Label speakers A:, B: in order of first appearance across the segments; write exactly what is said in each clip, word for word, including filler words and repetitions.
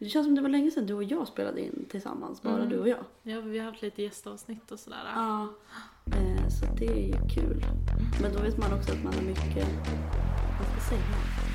A: Det känns som det var länge sedan du och jag spelade in tillsammans, bara mm. du och jag.
B: Ja, vi har haft lite gästavsnitt och sådär.
A: Ja, eh, så det är ju kul. Men då vet man också att man har mycket man ska säga.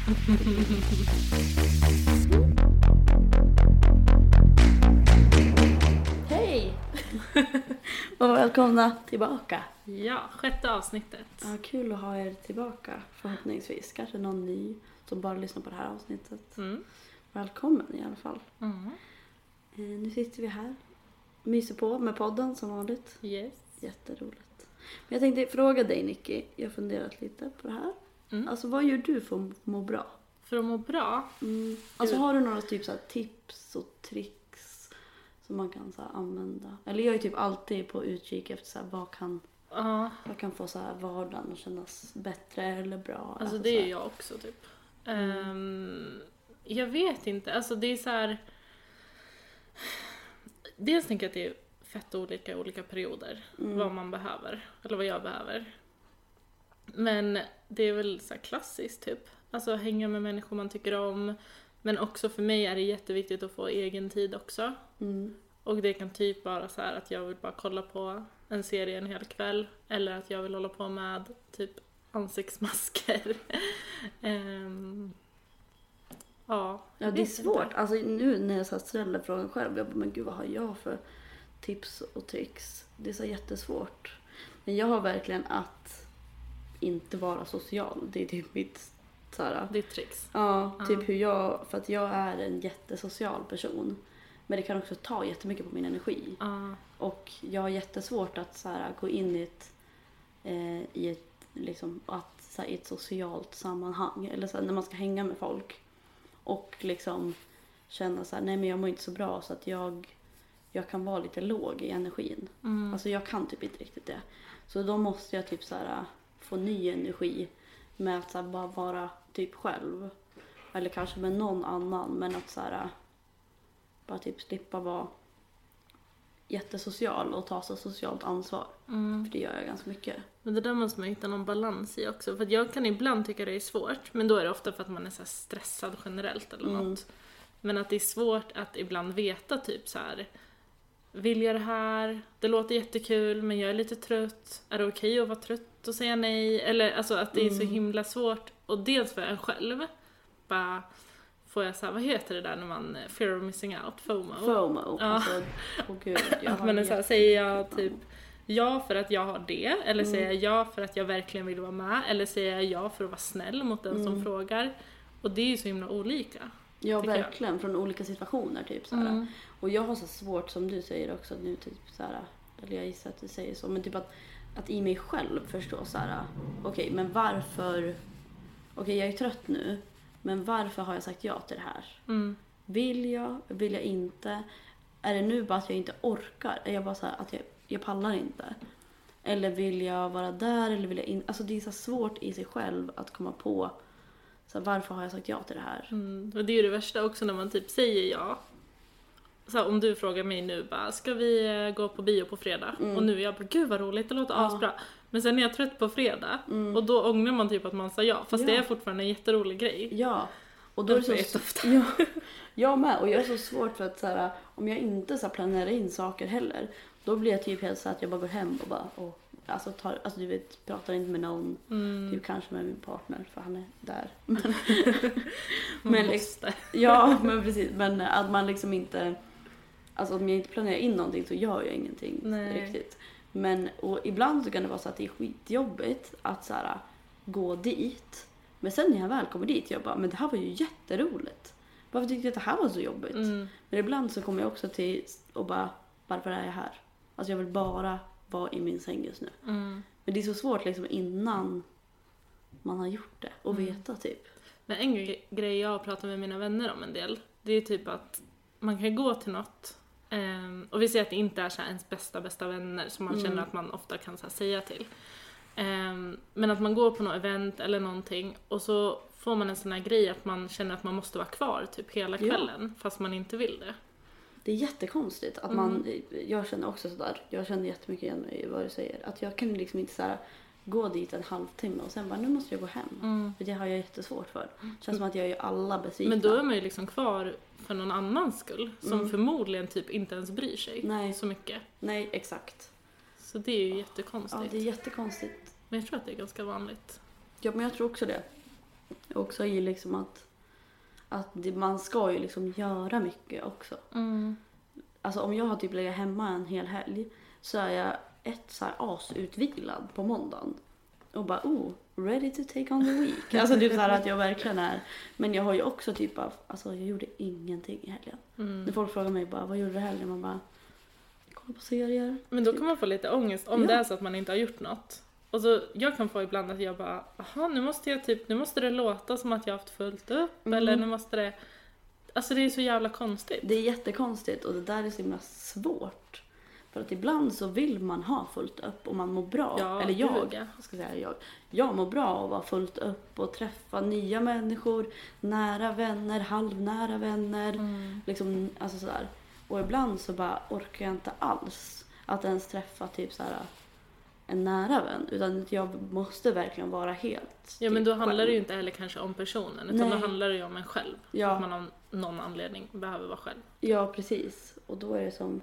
A: Hej! Och välkomna tillbaka.
B: Ja, sjätte avsnittet.
A: Ja, kul att ha er tillbaka förhoppningsvis. Kanske någon ny som bara lyssnar på det här avsnittet. Mm. Välkommen i alla fall. Mm. Eh, nu sitter vi här. Myser på med podden som vanligt.
B: Yes.
A: Jätteroligt. Men jag tänkte fråga dig, Nicky. Jag har funderat lite på det här. Mm. Alltså vad gör du för att må bra?
B: För att må bra?
A: Mm. Alltså har du några typ så här tips och tricks som man kan så här använda? Eller jag är typ alltid på utkik efter så här, vad kan... Uh. vad kan få så här vardagen att kännas bättre eller bra?
B: Alltså,
A: alltså
B: det är jag också typ. Mm. Um, jag vet inte. Alltså det är så här... Dels tänker jag att det är fett olika i olika perioder. Mm. Vad man behöver. Eller vad jag behöver. Men det är väl så här klassiskt typ. Alltså hänga med människor man tycker om. Men också för mig är det jätteviktigt att få egen tid också. Mm. Och det kan typ vara så här att jag vill bara kolla på en serie en hel kväll. Eller att jag vill hålla på med typ ansiktsmasker. um, ja,
A: ja, det är svårt. Inte. Alltså nu när jag så ställer frågan själv. Jag bara, men gud vad har jag för tips och tricks? Det är så jättesvårt. Men jag har verkligen att inte vara social. Det är typ mitt såhär.
B: Ditt tricks.
A: Ja, typ uh. hur jag, för att jag är en jättesocial person. Men det kan också ta jättemycket på min energi. Uh. Och jag har jättesvårt att så här, gå in i ett, eh, i ett, liksom, att, så här, i ett socialt sammanhang. Eller så här, när man ska hänga med folk. Och liksom känna så här, nej men jag mår inte så bra så att jag, jag kan vara lite låg i energin. Mm. Alltså jag kan typ inte riktigt det. Så då måste jag typ så här, få ny energi med att så här, bara vara typ själv. Eller kanske med någon annan, men att så här, bara typ slippa vara jättesocial och ta så socialt ansvar. Mm. För det gör jag ganska mycket.
B: Men det där måste man hitta någon balans i också. För att jag kan ibland tycka det är svårt. Men då är det ofta för att man är så här stressad generellt eller mm. något. Men att det är svårt att ibland veta typ så här. Vill jag det här? Det låter jättekul men jag är lite trött. Är det okej okay att vara trött och säga nej? Eller alltså att det är så himla svårt. Och dels för en själv. Bara... Får jag säga, vad heter det där när man fear of missing out? FOMO.
A: FOMO.
B: Ja.
A: Alltså, oh gud, jag
B: men så här, säger jag typ ja för att jag har det. Eller mm. säger jag ja för att jag verkligen vill vara med. Eller säger jag ja för att vara snäll mot den mm. som frågar. Och det är ju så himla olika.
A: Ja, verkligen. Jag. Från olika situationer typ. Så här. Mm. Och jag har så svårt som du säger också nu typ så här. Eller jag gissar att du säger så. Men typ att, att i mig själv förstå så här. Okej, okay, men varför. Okej, okay, jag är trött nu. Men varför har jag sagt ja till det här? Mm. Vill jag? Vill jag inte? Är det nu bara att jag inte orkar? Är jag bara så här att jag, jag pallar inte? Eller vill jag vara där? Eller vill jag in? Alltså det är så svårt i sig själv att komma på så här, varför har jag sagt ja till det här?
B: Mm. Och det är ju det värsta också när man typ säger ja. Så här, om du frågar mig nu bara, ska vi gå på bio på fredag? Mm. Och nu är jag bara, gud vad roligt, det låter ja. asbra. Men sen är jag trött på fredag. Mm. Och då ångrar man typ att man sa ja. Fast ja. det är fortfarande en jätterolig grej.
A: Ja. Och då är det så ofta. Ja, jag med. Och jag är så svårt för att så här, om jag inte så här, planerar in saker heller. Då blir jag typ helt så att jag bara går hem och bara och, alltså, tar, alltså du vet, pratar inte med någon. Mm. Typ kanske med min partner för han är där. Men, men liksom, ja, men precis. Men att man liksom inte, alltså om jag inte planerar in någonting så gör jag ingenting. Nej. Riktigt. Men och ibland så kan det vara så att det är skitjobbigt att så här, gå dit. Men sen när jag väl kommer dit, jag bara, men det här var ju jätteroligt. Varför tyckte jag att det här var så jobbigt? Mm. Men ibland så kommer jag också till och bara, varför är jag här? Alltså jag vill bara vara i min säng just nu. Mm. Men det är så svårt liksom innan man har gjort det och mm. veta typ.
B: Men en grej jag pratar med mina vänner om en del, det är typ att man kan gå till något um, och vi ser att det inte är så här ens bästa, bästa vänner som man mm. känner att man ofta kan så här säga till. Um, men att man går på något event eller någonting och så får man en sån här grej att man känner att man måste vara kvar typ hela kvällen ja. fast man inte vill det.
A: Det är jättekonstigt att man, mm. jag känner också sådär, jag känner jättemycket igen i vad du säger, att jag kan liksom inte så här gå dit en halvtimme och sen bara, nu måste jag gå hem. Mm. För det har jag jättesvårt för. Det känns som att jag är alla besvikna.
B: Men då är man ju liksom kvar för någon annans skull. Som
A: Mm.
B: förmodligen typ inte ens bryr sig
A: Nej.
B: så mycket.
A: Nej, exakt.
B: Så det är ju jättekonstigt.
A: Ja, det är jättekonstigt.
B: Men jag tror att det är ganska vanligt.
A: Ja, men jag tror också det. Också i liksom att, att det, man ska ju liksom göra mycket också.
B: Mm.
A: Alltså om jag har typ legat hemma en hel helg så är jag ett så här asutvilad på måndagen. Och bara, oh, ready to take on the week. Alltså typ så här att jag verkligen är. Men jag har ju också typ av, alltså jag gjorde ingenting i helgen.
B: Mm.
A: När folk frågar mig bara, vad gjorde du i helgen? Man bara, kolla på serier.
B: Men då
A: typ.
B: kan man få lite ångest om
A: Ja.
B: det är så att man inte har gjort något. Och så jag kan få ibland att jag bara, aha, nu måste jag typ, nu måste det låta som att jag har haft fullt upp.
A: Mm.
B: Eller nu måste det, alltså det är så jävla konstigt.
A: Det är jättekonstigt och det där är så himla svårt. För att ibland så vill man ha fullt upp och man mår bra.
B: Ja,
A: Eller jag,
B: gud, ja.
A: ska säga jag. Jag mår bra av att vara fullt upp och träffa nya människor, nära vänner, halvnära vänner.
B: Mm.
A: Liksom, alltså sådär. Och ibland så bara orkar jag inte alls att ens träffa typ såhär en nära vän. Utan jag måste verkligen vara helt
B: Ja, men
A: typ
B: då handlar
A: själv.
B: det ju inte heller kanske om personen. Utan
A: Nej.
B: då handlar det ju om en själv.
A: Ja.
B: Att man av någon anledning behöver vara själv.
A: Ja, precis. Och då är det som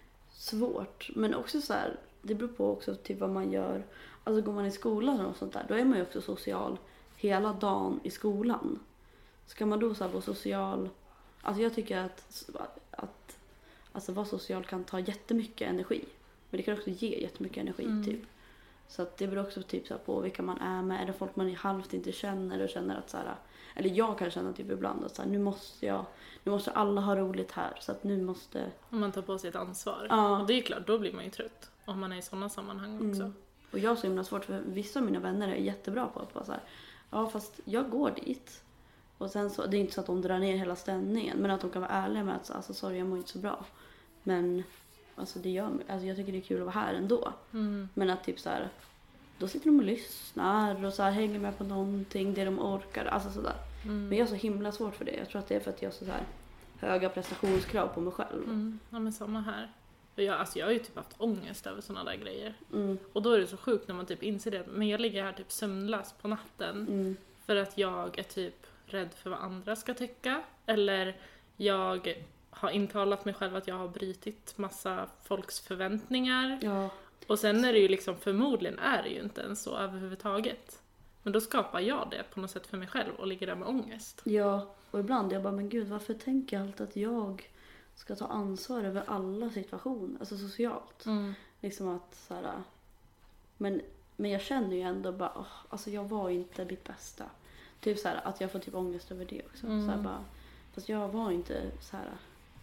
A: svårt. Men också så här, det beror på också till vad man gör. Alltså går man i skolan och sånt där, då är man ju också social hela dagen i skolan. Ska man då så här vara social, alltså jag tycker att, att alltså vara social kan ta jättemycket energi. Men det kan också ge jättemycket energi
B: Mm.
A: typ. Så att det beror också typ så här på vilka man är med. Är det folk man halvt inte känner och känner att så här, eller jag kan känna typ ibland att så här, nu måste jag, nu måste alla ha roligt här så att nu måste.
B: Om man tar på sig ett ansvar.
A: Ja.
B: Och det är klart, då blir man ju trött. Om man är i sådana sammanhang också.
A: Mm. Och jag har så himla svårt för vissa av mina vänner är jättebra på att bara så här, ja fast jag går dit. Och sen så, det är inte så att de drar ner hela stämningen, men att de kan vara ärliga med att så, alltså sorry jag mår inte så bra. Men alltså det gör mig, alltså jag tycker det är kul att vara här ändå.
B: Mm.
A: Men att typ så här, då sitter de och lyssnar och så här, hänger med på någonting, det de orkar, alltså sådär.
B: Mm.
A: Men jag har så himla svårt för det. Jag tror att det är för att jag har så här höga prestationskrav på mig själv.
B: Mm. Ja, men samma här. Och jag, alltså jag har ju typ haft ångest över såna där grejer.
A: Mm,
B: Och då är det så sjukt när man typ inser det. Men jag ligger här typ sömnlös på natten.
A: mm,
B: För att jag är typ rädd för vad andra ska tycka. Eller jag har intalat mig själv att jag har brytit massa folks förväntningar.
A: ja,
B: Och sen är det ju liksom, förmodligen är det ju inte ens så överhuvudtaget. Men då skapar jag det på något sätt för mig själv och ligger där med ångest.
A: ja. Och ibland jag bara, men gud varför tänker jag alltid att jag ska ta ansvar över alla situationer, alltså socialt.
B: Mm.
A: Liksom att så här, men, men jag känner ju ändå bara, åh, alltså jag var inte mitt bästa. Typ så här, att jag får typ ångest över det också.
B: Mm.
A: Så här, bara, fast jag var inte så här.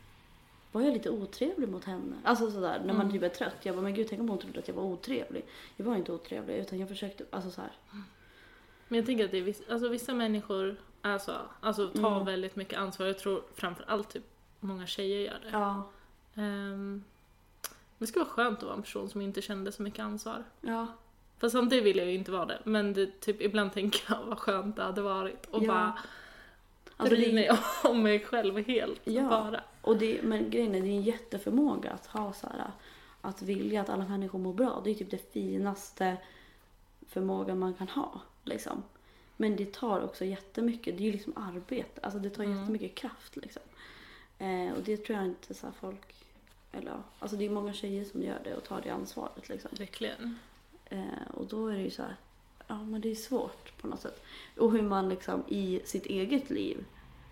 A: Var jag lite otrevlig mot henne? Alltså sådär, när man
B: Mm.
A: typ är trött. Jag bara, men gud tänk om hon trodde att jag var otrevlig. Jag var inte otrevlig utan jag försökte, alltså så här.
B: Men jag tänker att det är vissa, alltså vissa människor är så, alltså tar
A: Mm.
B: väldigt mycket ansvar. Jag tror framförallt typ många tjejer gör det.
A: Ja,
B: Ehm, det skulle vara skönt att vara en person som inte kände så mycket ansvar.
A: ja,
B: Fast samtidigt vill jag ju inte vara det. Men det, typ, ibland tänker jag vad skönt det hade varit. Och
A: Ja.
B: bara
A: Alltså,
B: bry
A: det-
B: mig om mig själv helt.
A: Ja.
B: Bara.
A: och det, men grejen är, det är en jätteförmåga att ha så här, att vilja att alla människor mår bra. Det är typ det finaste förmågan man kan ha, liksom. Men det tar också jättemycket, det är ju liksom arbete, alltså det tar
B: Mm.
A: jättemycket kraft liksom. Eh, och det tror jag inte så här folk, eller ja, alltså det är många tjejer som gör det och tar det ansvaret liksom.
B: Verkligen.
A: Eh, och då är det ju så här, ja men det är svårt på något sätt. Och hur man liksom i sitt eget liv,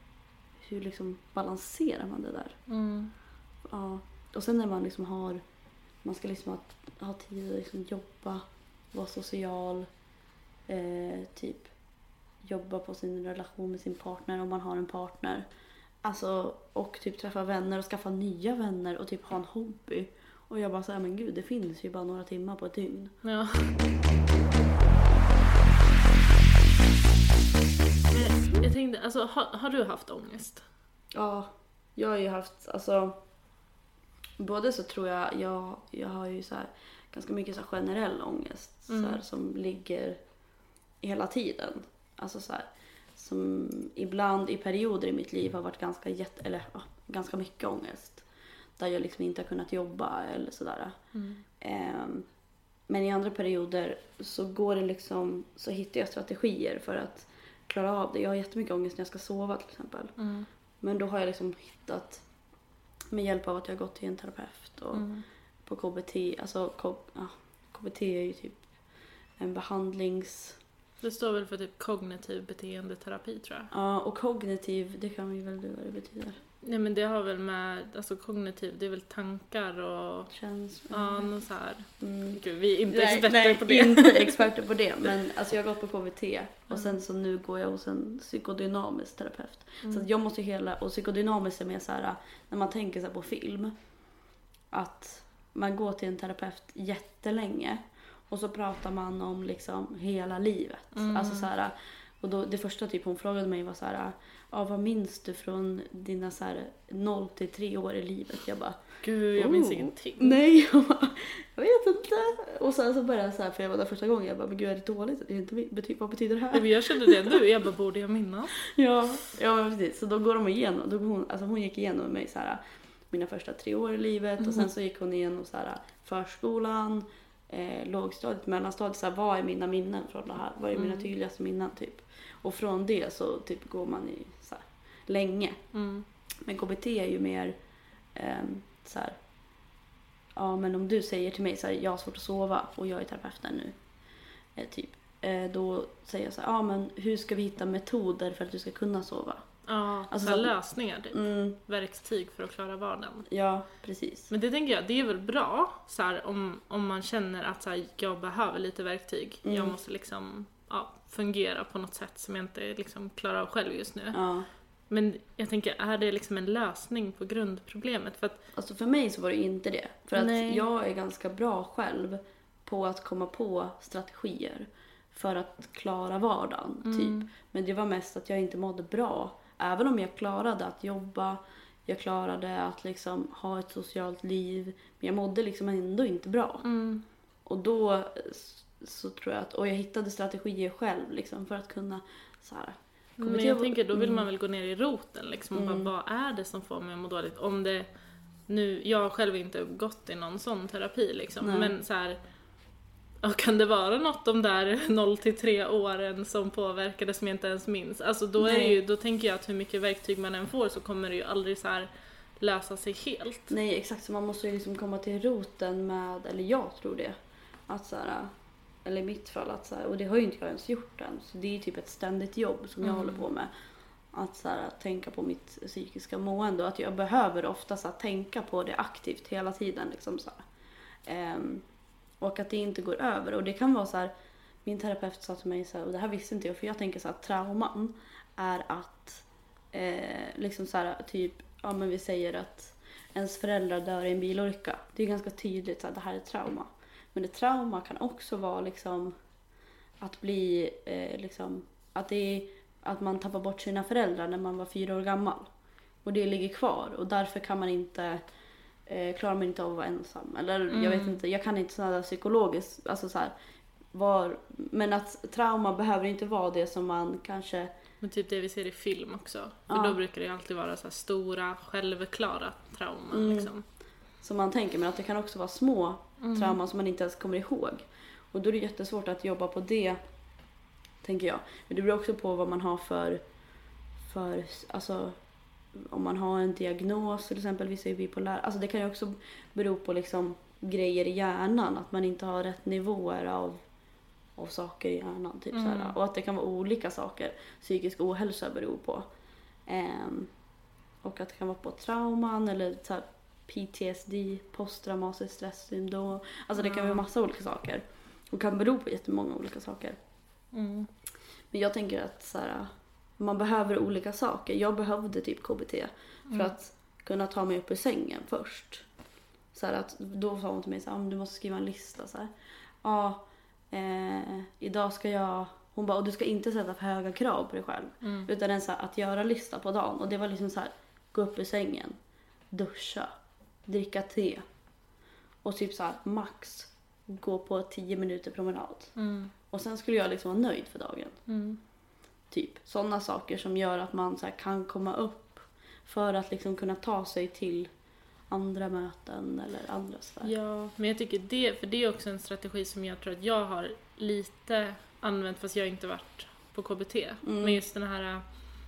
A: hur liksom balanserar man det där?
B: Mm.
A: Ja. Och sen när man liksom har, man ska liksom ha, ha tid att liksom jobba, vara social, eh, typ jobba på sin relation med sin partner om man har en partner. Alltså, och typ träffa vänner och skaffa nya vänner och typ ha en hobby. Och jag bara säger men gud, det finns ju bara några timmar på ett dygn.
B: Ja. Men jag tänkte, alltså har, har du haft ångest?
A: Ja, jag har ju haft, alltså både så tror jag, jag, jag har ju så här ganska mycket så här generell ångest
B: Mm.
A: så här, som ligger hela tiden. Alltså så här, som ibland i perioder i mitt liv har varit ganska jätte, eller ja, ganska mycket ångest. Där jag liksom inte har kunnat jobba eller sådär.
B: Mm.
A: Ehm, men i andra perioder så går det liksom, så hittar jag strategier för att klara av det. Jag har jättemycket ångest när jag ska sova till exempel.
B: Mm.
A: Men då har jag liksom hittat, med hjälp av att jag har gått till en terapeut och
B: Mm.
A: på K B T, alltså K, ja, K B T är ju typ en behandlings...
B: Det står väl för typ kognitiv beteendeterapi, tror jag.
A: Ja, och kognitiv, det kan vi väl du vad det betyder.
B: Nej, men det har väl med, alltså kognitiv, det är väl tankar och...
A: Känslor.
B: Ja, något så här.
A: Mm.
B: Gud, vi är inte
A: Nej,
B: experter
A: nej,
B: på det.
A: inte experter på det. Men alltså jag har gått på K B T och
B: Mm.
A: sen så nu går jag hos en psykodynamisk terapeut.
B: Mm.
A: Så att jag måste hela, och psykodynamiskt är mer så här, när man tänker så här på film, att man går till en terapeut jättelänge och så pratar man om liksom hela livet.
B: Mm.
A: Alltså så här, och då, det första typ hon frågade mig var så här, ja, vad minns du från dina så här noll till tre år i livet? Jag bara,
B: Gud, jag minns
A: oh,
B: ingenting.
A: nej, jag, bara, jag vet inte. Och sen så började jag så här, för jag var där första gången, jag bara, men gud är det dåligt? Jag inte, bety- vad betyder det
B: Ja,
A: här?
B: men jag kände det nu, jag bara, borde jag minnas?
A: Ja, ja men precis. Så då går de igenom, då går hon, alltså hon gick igenom med mig så här, mina första tre år i livet
B: Mhm.
A: och sen så gick hon igenom så här, förskolan, eh, lågstadiet, mellanstadiet, så här, vad är mina minnen från det här? Vad är mina
B: Mm.
A: tydligaste minnen typ? Och från det så typ går man i så här, länge.
B: Mm.
A: Men K B T är ju mer ehm, så här, ja men om du säger till mig så här, jag har svårt att sova och jag är terapeuten nu, eh, typ, eh, då säger jag så här, ja men hur ska vi hitta metoder för att du ska kunna sova?
B: Ja,
A: Alltså
B: så här
A: så-
B: lösningar typ.
A: Mm,
B: Verktyg för att klara vardagen.
A: ja, precis.
B: Men det tänker jag, det är väl bra så här, om, om man känner att så här, jag behöver lite verktyg.
A: Mm.
B: Jag måste liksom ja, fungera på något sätt som jag inte liksom klarar av själv just nu.
A: Ja.
B: Men jag tänker, är det liksom en lösning på grundproblemet? För att,
A: Alltså för mig så var det inte det. För att
B: Nej.
A: jag är ganska bra själv på att komma på strategier för att klara vardagen,
B: Mm.
A: typ. Men det var mest att jag inte mådde bra. Även om jag klarade att jobba, jag klarade att liksom ha ett socialt liv, men jag mådde liksom ändå inte bra.
B: mm,
A: Och då eh, s- så tror jag att, och jag hittade strategier själv liksom för att kunna så här.
B: men jag tänker, då vill
A: Mm.
B: man väl gå ner i roten liksom och
A: Mm.
B: bara, vad är det som får mig att må dåligt? Om det nu, jag har själv inte gått i någon sån terapi liksom,
A: Nej.
B: men så här, ja, kan det vara något de där noll till tre åren som påverkade som jag inte ens minns? Alltså då, är det
A: Nej.
B: ju, då tänker jag att hur mycket verktyg man än får så kommer det ju aldrig så här lösa sig helt.
A: Nej, exakt. Så man måste ju liksom komma till roten med, eller jag tror det, att så här, eller i mitt fall, att så här, och det har ju inte jag ens gjort än, så det är ju typ ett ständigt jobb som jag
B: Mm.
A: håller på med. Att så här, tänka på mitt psykiska mående och att jag behöver ofta så här, tänka på det aktivt hela tiden. Liksom, så här. Ehm, och att det inte går över. Och det kan vara så här, min terapeut sa till mig så här, och det här visste inte jag, för jag tänker så här, trauman är att eh, liksom så här, typ, ja men vi säger att ens föräldrar dör i en bilolycka. Det är ganska tydligt att det här är trauma. Men det trauma kan också vara liksom att bli eh, liksom att det är att man tappar bort sina föräldrar när man var fyra år gammal. Och det ligger kvar och därför kan man inte eh, klarar man inte av att vara ensam. Eller
B: Mm.
A: jag vet inte, jag kan inte sådana psykologiskt, alltså så här, var, men att trauma behöver inte vara det som man kanske.
B: Men typ det vi ser i film också. För
A: Ja.
B: då brukar det ju alltid vara så här stora, självklara trauman
A: Mm.
B: liksom.
A: Som man tänker, men att det kan också vara små
B: Mm.
A: trauman som man inte ens kommer ihåg. Och då är det jättesvårt att jobba på det, tänker jag. Men det beror också på vad man har för, för alltså om man har en diagnos till exempel, vissa är bipolär. Alltså det kan ju också bero på liksom grejer i hjärnan, att man inte har rätt nivåer av, av saker i hjärnan. Typ,
B: Mm.
A: såhär. Och att det kan vara olika saker psykisk ohälsa beror på. Ehm, och att det kan vara på trauman eller såhär, P T S D, posttraumatiskt stresssyndrom. Alltså det kan vara massa olika saker. Och kan bero på jättemånga olika saker.
B: Mm.
A: Men jag tänker att så här, man behöver olika saker. Jag behövde typ K B T för
B: Mm.
A: att kunna ta mig upp ur sängen först. Så här att, då sa hon till mig så här, du måste skriva en lista. Så här. Ja, eh, idag ska jag... Hon bara, och du ska inte sätta för höga krav på dig själv.
B: Mm.
A: Utan en så här, att göra lista på dagen. Och det var liksom så här, gå upp ur sängen, duscha, dricka te. Och typ så här, max gå på tio minuter promenad.
B: Mm.
A: Och sen skulle jag liksom vara nöjd för dagen.
B: Mm.
A: Typ sådana saker som gör att man så här, kan komma upp för att liksom kunna ta sig till andra möten eller andra sfär.
B: Ja, men jag tycker det, för det är också en strategi som jag tror att jag har lite använt fast jag har inte varit på K B T.
A: Mm.
B: Men just den här,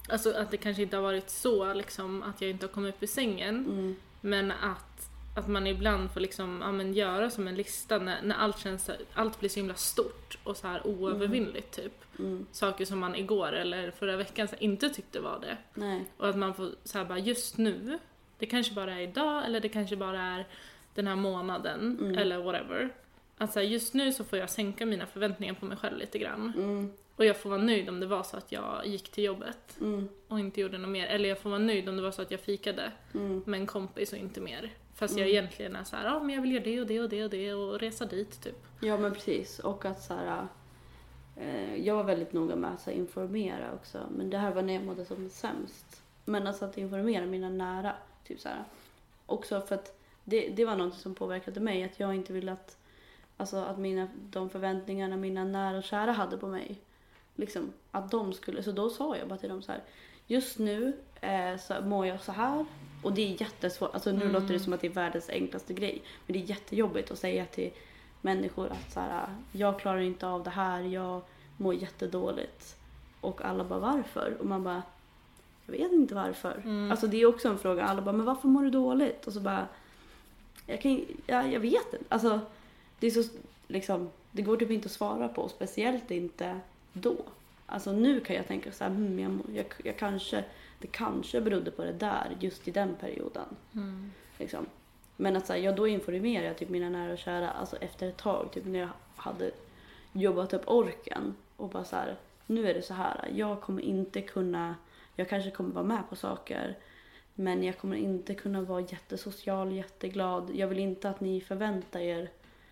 B: alltså att det kanske inte har varit så liksom att jag inte har kommit upp ur sängen.
A: Mm.
B: Men att, att man ibland får liksom, ja, men göra som en lista när, när allt känns, allt blir så himla stort och så här oövervinnligt typ.
A: Mm.
B: Saker som man igår eller förra veckan så här, inte tyckte var det.
A: Nej.
B: Och att man får så här bara just nu, det kanske bara är idag eller det kanske bara är den här månaden
A: Mm.
B: eller whatever. Att så här, just nu så får jag sänka mina förväntningar på mig själv lite grann.
A: Mm.
B: Och jag får vara nöjd om det var så att jag gick till jobbet
A: Mm.
B: och inte gjorde något mer. Eller jag får vara nöjd om det var så att jag fikade
A: Mm.
B: med en kompis och inte mer. Fast
A: Mm.
B: jag egentligen är så här, ja men jag vill göra det och det och det och det och resa dit typ.
A: Ja men precis, och att så här, eh, jag var väldigt noga med att så här, informera också, men det här var när jag mådde som sämst. Men alltså att informera mina nära, typ så här. Också för att det, det var något som påverkade mig, att jag inte ville att, alltså att mina, de förväntningarna mina nära och kära hade på mig, liksom, att de skulle, så då sa jag bara till dem så här, just nu eh, så mår jag så här. Och det är jättesvårt, alltså nu mm. låter det som att det är världens enklaste grej. Men det är jättejobbigt att säga till människor att så här, jag klarar inte av det här, jag mår jättedåligt. Och alla bara, varför? Och man bara, jag vet inte varför. Mm. Alltså det är också en fråga, alla bara, men varför mår du dåligt? Och så bara, jag, kan, ja, jag vet inte. Alltså det är så, liksom, det går typ inte att svara på, speciellt inte då. Alltså nu kan jag tänka så här, hmm, jag, jag, jag kanske... Det kanske berodde på det där, just i den perioden.
B: Mm.
A: Liksom. Men att så här, jag då informerade jag typ mina nära och kära, alltså efter ett tag, typ när jag hade jobbat upp orken. Och bara så här, nu är det så här, jag kommer inte kunna, jag kanske kommer vara med på saker. Men jag kommer inte kunna vara jättesocial, jätteglad. Jag vill inte att ni förväntar er,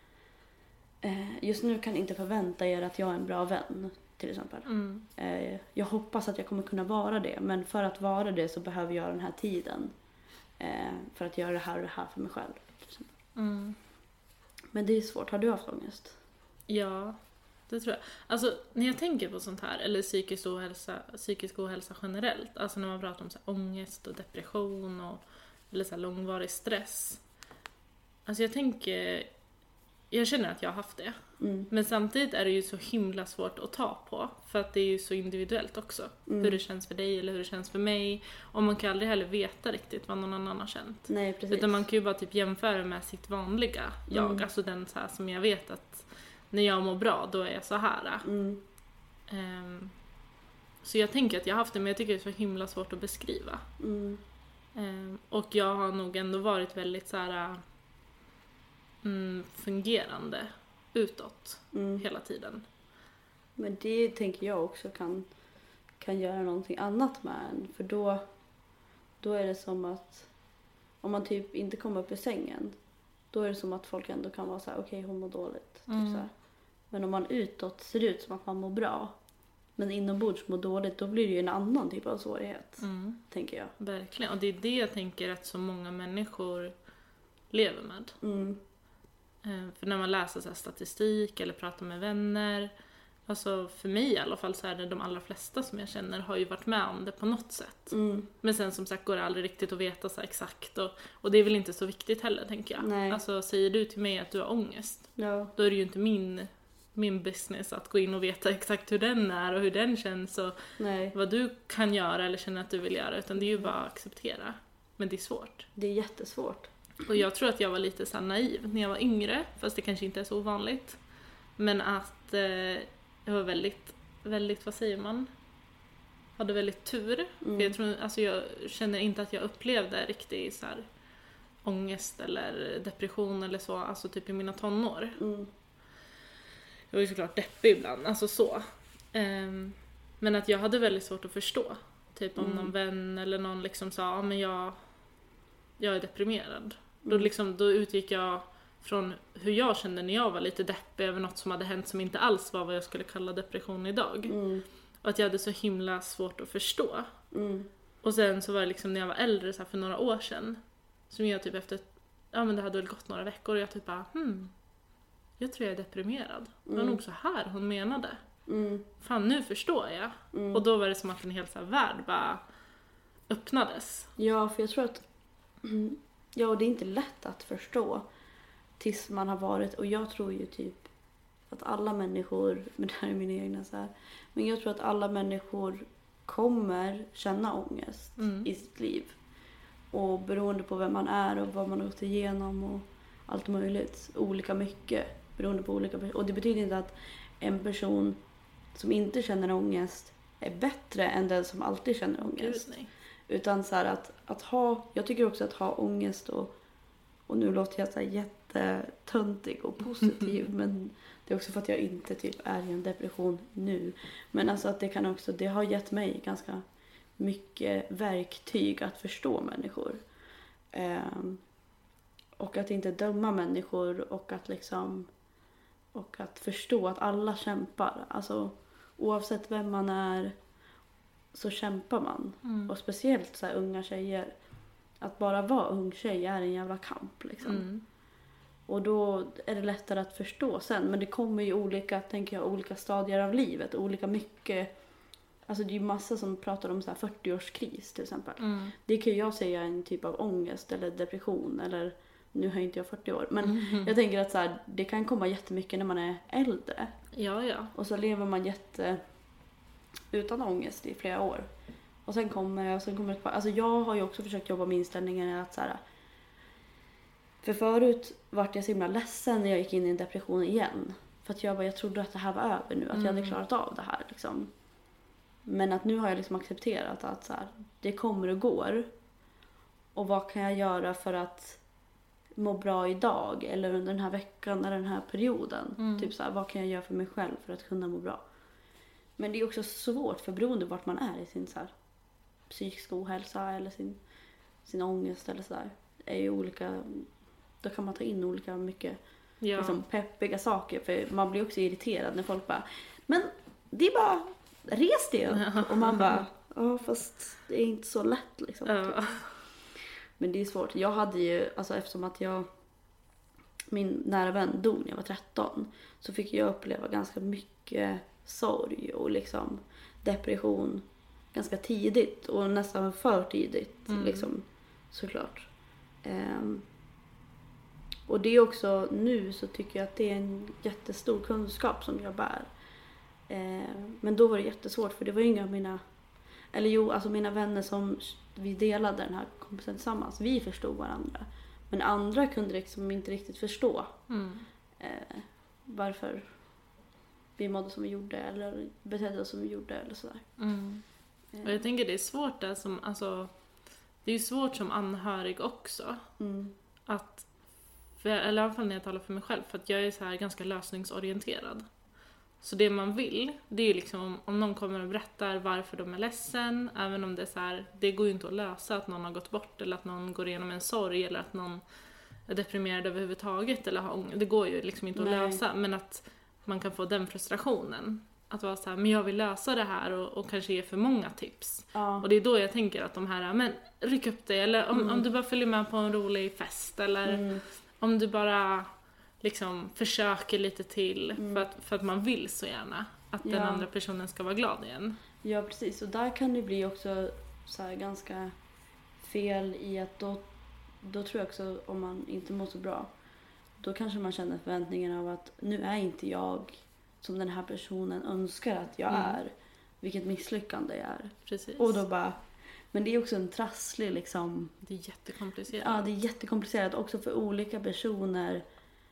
A: eh, just nu kan ni inte förvänta er att jag är en bra vän. Till exempel. Mm. Eh, jag hoppas att jag kommer kunna vara det. Men för att vara det så behöver jag den här tiden. Eh, för att göra det här och det här för mig själv. Till exempel. Mm. Men det är svårt. Har du haft ångest?
B: Ja, det tror jag. Alltså när jag tänker på sånt här. Eller psykisk ohälsa, psykisk ohälsa generellt. Alltså när man pratar om så här, ångest och depression. Och, eller så här, långvarig stress. Alltså jag tänker... Jag känner att jag har haft det. Mm. Men samtidigt är det ju så himla svårt att ta på. För att det är ju så individuellt också. Mm. Hur det känns för dig eller hur det känns för mig. Och man kan aldrig heller veta riktigt vad någon annan har känt.
A: Nej, precis.
B: Utan man kan ju bara typ jämföra med sitt vanliga jag. Mm. Alltså den så här som jag vet att när jag mår bra då är jag så här. Mm. Um, så jag tänker att jag har haft det, men jag tycker det är så himla svårt att beskriva. Mm. Um, och jag har nog ändå varit väldigt så här... Mm, fungerande utåt mm. hela tiden.
A: Men det tänker jag också kan, kan göra någonting annat med en. För då, då är det som att om man typ inte kommer upp i sängen, då är det som att folk ändå kan vara så här: okej, okay, hon mår dåligt. Typ mm. så här. Men om man utåt ser ut som att man mår bra, men inombords mår dåligt, då blir det ju en annan typ av svårighet. Mm. Tänker jag.
B: Verkligen. Och det är det jag tänker att så många människor lever med. Mm. För när man läser så här statistik eller pratar med vänner, alltså för mig i alla fall så är det de allra flesta som jag känner har ju varit med om det på något sätt. Mm. Men sen som sagt går det aldrig riktigt att veta så här exakt och, och det är väl inte så viktigt heller, tänker jag.
A: Nej.
B: Alltså säger du till mig att du har ångest,
A: ja.
B: Då är det ju inte min, min business att gå in och veta exakt hur den är och hur den känns och
A: Nej.
B: vad du kan göra eller känner att du vill göra, utan det är ju bara att acceptera. Men det är svårt.
A: Det är jättesvårt.
B: Och jag tror att jag var lite så naiv när jag var yngre, fast det kanske inte är så ovanligt. Men att eh, jag var väldigt, väldigt, vad säger man? Hade väldigt tur. Mm. För jag, tror, alltså jag känner inte att jag upplevde riktigt så här ångest eller depression eller så, alltså typ i mina tonår. Mm. Jag var ju såklart deppig ibland, alltså så. Um, men att jag hade väldigt svårt att förstå. Typ om mm. någon vän eller någon liksom sa, ja men jag, jag är deprimerad. Mm. Då, liksom, då utgick jag från hur jag kände när jag var lite deppig över något som hade hänt som inte alls var vad jag skulle kalla depression idag. Mm. Och att jag hade så himla svårt att förstå. Mm. Och sen så var det liksom när jag var äldre, så här för några år sedan, som jag typ efter, ja men det hade väl gått några veckor och jag typ bara, hmm, jag tror jag är deprimerad. Det var mm. nog så här hon menade. Mm. Fan, nu förstår jag. Mm. Och då var det som att en hel så här värld bara öppnades.
A: Ja, för jag tror att ja, och det är inte lätt att förstå tills man har varit, och jag tror ju typ att alla människor, men det här är mina egna så här, men jag tror att alla människor kommer känna ångest mm. i sitt liv. Och beroende på vem man är och vad man har gått igenom och allt möjligt. Olika mycket. Beroende på olika Och det betyder inte att en person som inte känner ångest är bättre än den som alltid känner ångest.
B: Gud, nej.
A: Utan så här att, att ha, jag tycker också att ha ångest och, och nu låter jag så här jättetöntig och positiv men det är också för att jag inte typ är i en depression nu. Men alltså att det kan också, det har gett mig ganska mycket verktyg att förstå människor. Um, och att inte döma människor och att liksom och att förstå att alla kämpar. Alltså oavsett vem man är så kämpar man. Mm. Och speciellt så här unga tjejer. Att bara vara ung tjej är en jävla kamp liksom. Mm. Och då är det lättare att förstå sen. Men det kommer ju olika, tänker jag, olika stadier av livet. Olika mycket. Alltså det är ju massa som pratar om så här fyrtioårskris till exempel. Mm. Det kan ju jag säga en typ av ångest eller depression. Eller, nu har inte jag fyrtio år. Men mm. jag tänker att så här, det kan komma jättemycket när man är äldre.
B: Ja, ja.
A: Och så lever man jätte utan ångest i flera år. Och sen kommer och sen kommer det. Alltså jag har ju också försökt jobba med inställningen att så här. För förut vart jag så himla ledsen när jag gick in i en depression igen. För att jag bara, jag trodde att det här var över nu. Att mm. jag hade klarat av det här liksom. Men att nu har jag liksom accepterat att så här, det kommer och går. Och vad kan jag göra för att må bra idag? Eller under den här veckan eller den här perioden. Mm. Typ så här, vad kan jag göra för mig själv för att kunna må bra? Men det är också svårt för beroende vart man är i sin så här, psykisk ohälsa eller sin, sin ångest eller sådär. Är ju olika, då kan man ta in olika mycket ja. liksom, peppiga saker. För man blir också irriterad när folk bara, men det är bara, res det upp. Och man bara, ja fast det är inte så lätt liksom. Typ. Men det är svårt. Jag hade ju, alltså eftersom att jag, min nära vän dog när jag var tretton. Så fick jag uppleva ganska mycket sorg och liksom depression ganska tidigt och nästan för tidigt mm. liksom, såklart. Um, och det är också nu så tycker jag att det är en jättestor kunskap som jag bär. Uh, men då var det jättesvårt för det var inga av mina, eller jo, alltså mina vänner som vi delade den här kompisen tillsammans. Vi förstod varandra. Men andra kunde liksom inte riktigt förstå mm. uh, varför vi mådde som vi gjorde eller betedde oss som vi gjorde eller sådär.
B: Mm. Och jag tänker det är svårt där som, alltså det är ju svårt som anhörig också. Mm. Att, för, eller i alla fall när jag talar för mig själv, för att jag är så här ganska lösningsorienterad. Så det man vill, det är ju liksom om, om någon kommer och berättar varför de är ledsen, även om det är så här, det går ju inte att lösa att någon har gått bort eller att någon går igenom en sorg eller att någon är deprimerad överhuvudtaget eller har ångest. Det går ju liksom inte Nej. Att lösa, men att man kan få den frustrationen. Att vara så här, men jag vill lösa det här och, och kanske ge för många tips. Ja. Och det är då jag tänker att de här, men ryck upp dig. Eller om, mm. om du bara följer med på en rolig fest. Eller mm. om du bara liksom försöker lite till. Mm. För, att, för att man vill så gärna att ja. Den andra personen ska vara glad igen.
A: Ja, precis. Och där kan det bli också så här ganska fel i att då, då tror jag också om man inte mår så bra. Då kanske man känner förväntningen av att nu är inte jag som den här personen önskar att jag mm. är. Vilket misslyckande jag är.
B: Precis.
A: Och då bara, men det är också en trasslig liksom.
B: Det är jättekomplicerat.
A: Ja, det är jättekomplicerat också för olika personer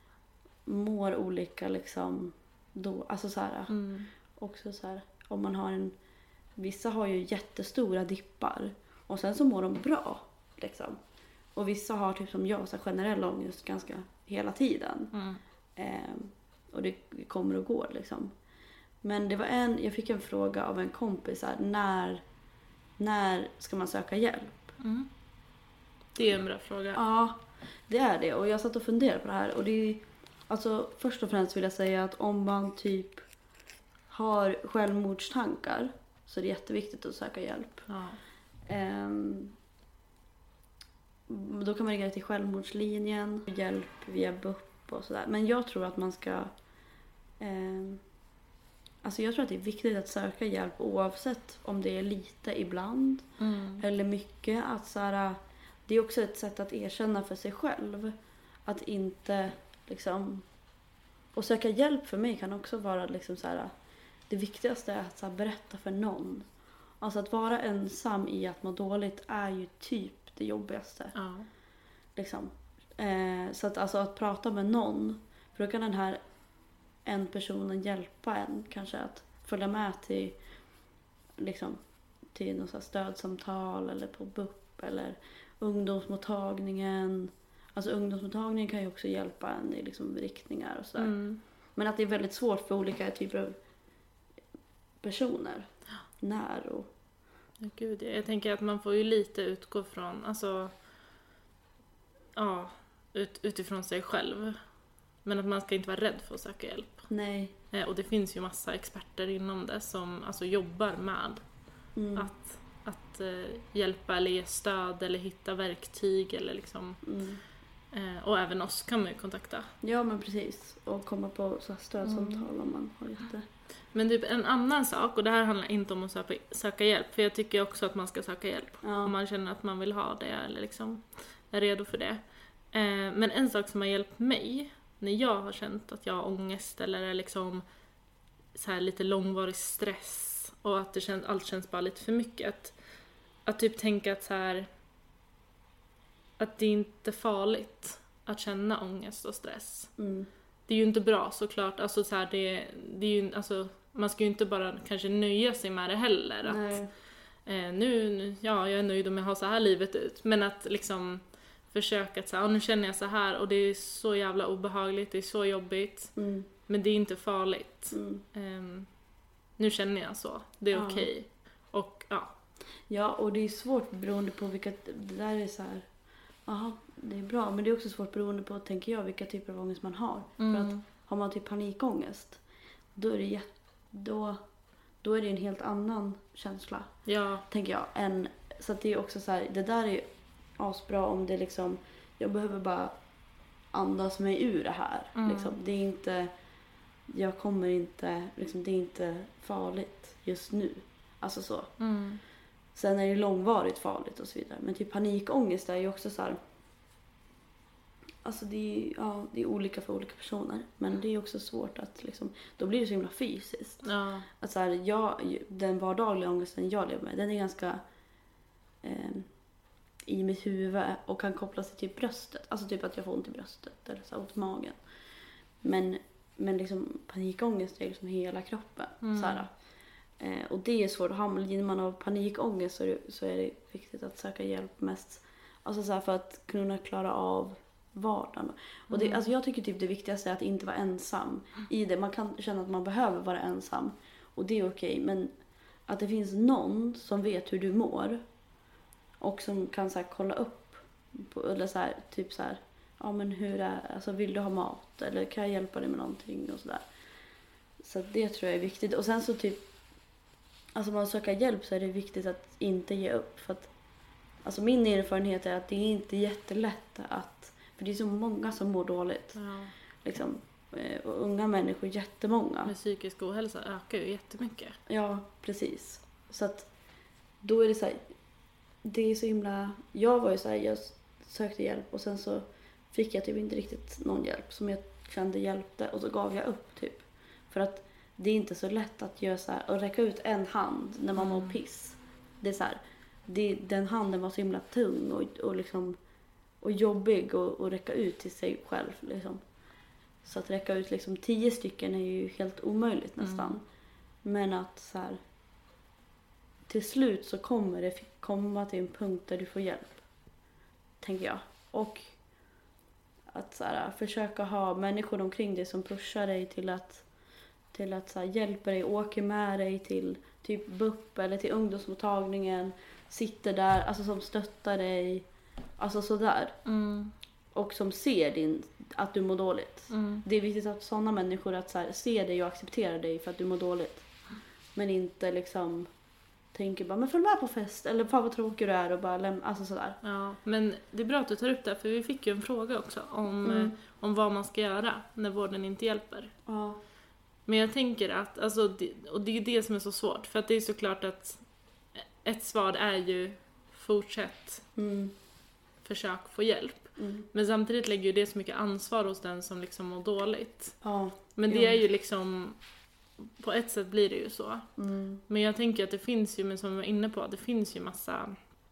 A: mår olika liksom då, alltså så här. Mm. Också så här, om man har en, vissa har ju jättestora dippar och sen så mår de bra liksom. Och vissa har typ som jag så här, generell ångest ganska hela tiden. Mm. Eh, och det kommer och går liksom. Men det var en, jag fick en fråga av en kompis här, när, när ska man söka hjälp?
B: Mm. Det är en bra fråga.
A: Ja, det är det. Och jag satt och funderade på det här. Och det är, alltså först och främst vill jag säga att om man typ har självmordstankar så är det jätteviktigt att söka hjälp.
B: Ja.
A: Eh, då kan man ringa till självmordslinjen, hjälp via B U P och sådär. Men jag tror att man ska eh, alltså jag tror att det är viktigt att söka hjälp oavsett om det är lite ibland mm. eller mycket. Att så här, det är också ett sätt att erkänna för sig själv. Att inte liksom, och söka hjälp för mig kan också vara liksom så här, det viktigaste är att så här, berätta för någon Alltså att vara ensam i att må dåligt är ju typ det jobbigaste.
B: Ja.
A: Liksom. Eh, så att alltså att prata med någon, för då kan den här en personen hjälpa en kanske att följa med till liksom till något så här stödsamtal eller på B U P eller ungdomsmottagningen. Alltså ungdomsmottagningen kan ju också hjälpa en i liksom riktningar och sådär.
B: Mm.
A: Men att det är väldigt svårt för olika typer av personer. När och...
B: Ja, gud, jag tänker att man får ju lite utgå från, alltså, ja, ut, utifrån sig själv. Men att man ska inte vara rädd för att söka hjälp.
A: Nej.
B: Eh, och det finns ju massa experter inom det som alltså jobbar med
A: Mm.
B: att, att eh, hjälpa eller ge stöd eller hitta verktyg eller liksom.
A: Mm.
B: Eh, och även oss kan man ju kontakta.
A: Ja, men precis. Och komma på så här stödsamtal mm. om man har jätte...
B: Men typ en annan sak, och det här handlar inte om att söka, söka hjälp, för jag tycker också att man ska söka hjälp
A: ja.
B: om man känner att man vill ha det eller liksom är redo för det. Eh, men en sak som har hjälpt mig när jag har känt att jag har ångest eller är liksom så här lite långvarig stress och att det känns, allt känns bara lite för mycket, att, att typ tänka att så här, att det är inte farligt att känna ångest och stress.
A: Mm.
B: Det är ju inte bra såklart, alltså så här, det, det är ju, alltså, man ska ju inte bara kanske nöja sig med det heller. Att, eh, nu, nu, ja, jag är nöjd om jag har så här livet ut. Men att liksom försöka att så här, nu känner jag så här och det är så jävla obehagligt, det är så jobbigt.
A: Mm.
B: Men det är inte farligt.
A: Mm.
B: Eh, nu känner jag så, det är
A: ja.
B: okej. Okay. Och ja.
A: Ja, och det är svårt beroende på vilket, det där är så här, aha, det är bra, men det är också svårt beroende på, tänker jag, vilka typer av ångest man har.
B: Mm.
A: För att har man typ panikångest, då är det då, då är det en helt annan känsla,
B: ja.
A: tänker jag. Än, så att det är också så här, det där är ju asbra om det liksom, jag behöver bara andas mig ur det här.
B: Mm.
A: Liksom. Det är inte, jag kommer inte, liksom, det är inte farligt just nu. Alltså så.
B: Mm.
A: Sen är det långvarigt farligt och så vidare. Men typ panikångest är ju också så här. Alltså det är, ja, det är olika för olika personer. Men det är också svårt att liksom, då blir det så himla fysiskt.
B: Ja.
A: Att så här, jag, den vardagliga ångesten jag lever med, den är ganska eh, i mitt huvud och kan kopplas till typ bröstet. Alltså typ att jag får ont i bröstet eller så här, ont i magen. Men, men liksom panikångest är liksom hela kroppen.
B: Mm.
A: Så här, Eh, och det är svårt. Hamnar man av panikångest så är, det, så är det viktigt att söka hjälp mest. Alltså så här, för att kunna klara av vardagen. Mm. Och det, alltså jag tycker typ det viktigaste är att inte vara ensam i det. Man kan känna att man behöver vara ensam. Och det är okej. Men att det finns någon som vet hur du mår. Och som kan så här, kolla upp. På, eller så här, typ så här. Ja men hur är, alltså vill du ha mat? Eller kan jag hjälpa dig med någonting? Och så där. Så det tror jag är viktigt. Och sen så typ. Alltså om man söker hjälp så är det viktigt att inte ge upp. För att, alltså min erfarenhet är att det är inte jättelätt att... För det är så många som mår dåligt.
B: Ja.
A: Liksom, och unga människor, jättemånga.
B: Men psykisk ohälsa ökar ju jättemycket.
A: Ja, precis. Så att då är det så här... Det är så himla... Jag var ju så här, jag sökte hjälp och sen så fick jag typ inte riktigt någon hjälp som jag kände hjälpte. Och så gav jag upp typ. För att... Det är inte så lätt att göra så här och räcka ut en hand när man mår piss. Det är så här, det, den handen var så himla tung och, och, liksom, och jobbig och, och räcka ut till sig själv. Liksom. Så att räcka ut liksom tio stycken är ju helt omöjligt nästan. Mm. Men att så här, till slut så kommer det komma till en punkt där du får hjälp. Tänker jag. Och att så här, försöka ha människor omkring dig som pushar dig till att till att så här, hjälpa dig, åker med dig till typ B U P eller till ungdomsmottagningen, sitter där, alltså som stöttar dig, alltså sådär.
B: Mm.
A: Och som ser din, att du mår dåligt.
B: Mm.
A: Det är viktigt att sådana människor att så här, se dig och acceptera dig för att du mår dåligt. Men inte liksom tänker bara, men följ med på fest, eller fan vad tråkig du är och bara lämna, alltså sådär.
B: Ja, men det är bra att du tar upp det, för vi fick ju en fråga också om,
A: Mm.
B: om vad man ska göra när vården inte hjälper.
A: Ja.
B: Men jag tänker att, alltså, och det är det som är så svårt, för att det är såklart att ett svar är ju fortsätt,
A: Mm.
B: försök få hjälp.
A: Mm.
B: Men samtidigt lägger ju det så mycket ansvar hos den som liksom mår dåligt.
A: Ja.
B: Men det
A: Jo.
B: är ju liksom, på ett sätt blir det ju så.
A: Mm.
B: Men jag tänker att det finns ju, men som jag var inne på, det finns ju massa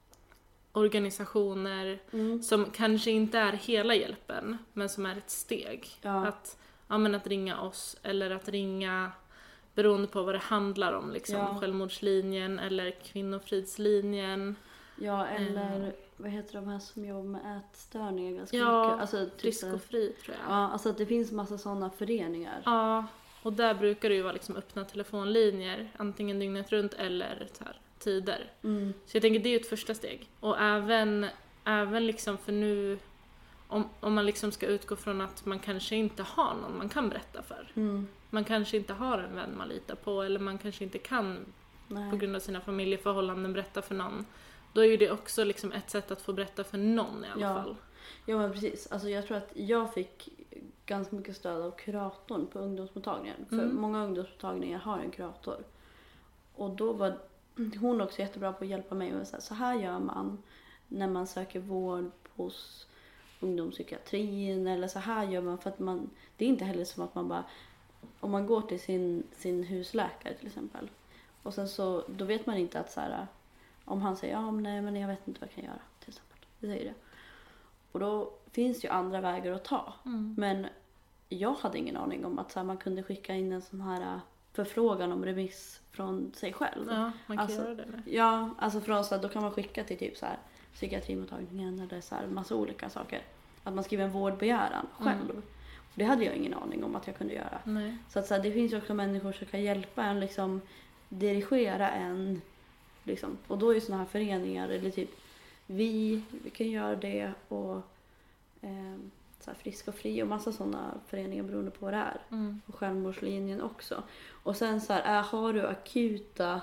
B: organisationer
A: Mm.
B: som kanske inte är hela hjälpen, men som är ett steg.
A: Ja.
B: Att, ja, men att ringa oss eller att ringa beroende på vad det handlar om. Liksom.
A: Ja.
B: Självmordslinjen eller kvinnofridslinjen.
A: Ja, eller
B: Mm.
A: vad heter de här som jobbar med ätstörningar ganska
B: Ja,
A: mycket? Alltså, typ,
B: Frisk och fri tror jag.
A: ja, alltså att det finns massa sådana föreningar.
B: Ja, och där brukar det ju vara liksom öppna telefonlinjer, antingen dygnet runt eller så här, tider.
A: Mm.
B: Så jag tänker det är ju ett första steg. Och även, även liksom för nu, om, om man liksom ska utgå från att man kanske inte har någon man kan berätta för.
A: Mm.
B: Man kanske inte har en vän man litar på, eller man kanske inte kan
A: Nej.
B: på grund av sina familjeförhållanden berätta för någon. Då är ju det också liksom ett sätt att få berätta för någon i alla
A: Ja.
B: fall.
A: Ja, men precis. Alltså jag tror att jag fick ganska mycket stöd av kuratorn på ungdomsmottagningen. För
B: Mm.
A: många ungdomsmottagningar har en kurator. Och då var hon också jättebra på att hjälpa mig med så här, så här gör man när man söker vård hos ungdomspsykiatrin, eller så här gör man för att man, det är inte heller som att man bara, om man går till sin, sin husläkare till exempel och sen så, då vet man inte att så här, om han säger ja men nej men jag vet inte vad jag kan göra till exempel, det säger det. Och då finns ju andra vägar att ta.
B: Mm.
A: Men jag hade ingen aning om att så här, man kunde skicka in en sån här förfrågan om remiss från sig själv.
B: Ja, man kan
A: Alltså,
B: göra det med.
A: Ja, alltså från så här, då kan man skicka till typ så här psykiatrimottagningen eller så här massa olika saker. Att man skriver en vårdbegäran själv.
B: Mm.
A: Det hade jag ingen aning om att jag kunde göra.
B: Nej.
A: Så att så här, det finns ju också människor som kan hjälpa en liksom dirigera en liksom. Och då är ju såna här föreningar eller typ vi, vi kan göra det och eh, så här Frisk och fri och massa sådana föreningar beroende på vad det är.
B: Mm.
A: Och självmordslinjen också. Och sen så här, äh, har du akuta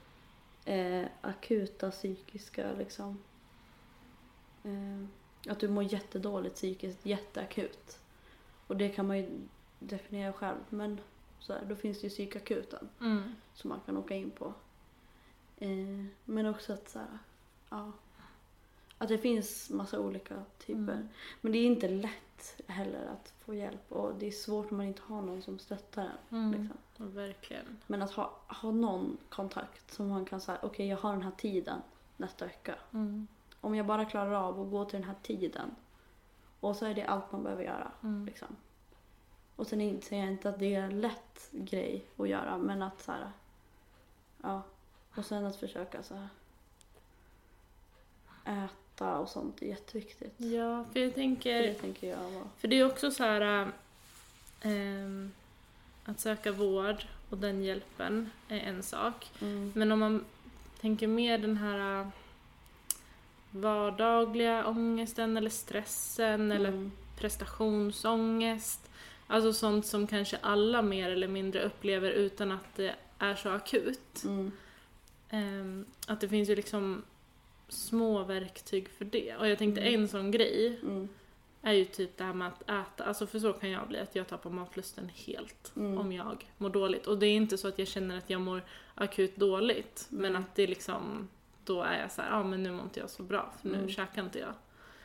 A: eh, akuta psykiska liksom eh, att du mår jättedåligt psykiskt, jätteakut. Och det kan man ju definiera själv, men så här, då finns det ju psykakuten
B: Mm.
A: som man kan åka in på. Eh, men också att så här, ja, att det finns massa olika typer.
B: Mm.
A: Men det är inte lätt heller att få hjälp och det är svårt om man inte har någon som stöttar en.
B: Mm.
A: Liksom.
B: Ja, verkligen.
A: Men att ha, ha någon kontakt som man kan säga, okej okay, jag har den här tiden nästa vecka.
B: Mm.
A: Om jag bara klarar av att gå till den här tiden och så är det allt man behöver göra.
B: Mm.
A: Liksom. Och sen säger jag inte att det är en lätt grej att göra, men att så här, ja. Och sen att försöka så här, äta och sånt är jätteviktigt.
B: Ja, för jag
A: För
B: tänker...
A: det tänker jag var.
B: För det är också så här... Ähm, att söka vård och den hjälpen är en sak.
A: Mm.
B: Men om man tänker mer den här äh, vardagliga ångesten eller stressen eller
A: Mm.
B: prestationsångest. Alltså sånt som kanske alla mer eller mindre upplever utan att det är så akut.
A: Mm.
B: Ähm, att det finns ju liksom små verktyg för det. Och jag tänkte
A: Mm.
B: en sån grej
A: Mm.
B: är ju typ det här med att äta. Alltså för så kan jag bli, att jag tappar matlusten helt
A: Mm.
B: om jag mår dåligt. Och det är inte så att jag känner att jag mår akut dåligt.
A: Mm.
B: Men att det liksom, då är jag så här, ja ah, men nu mår inte jag så bra för nu
A: Mm.
B: käkar inte jag.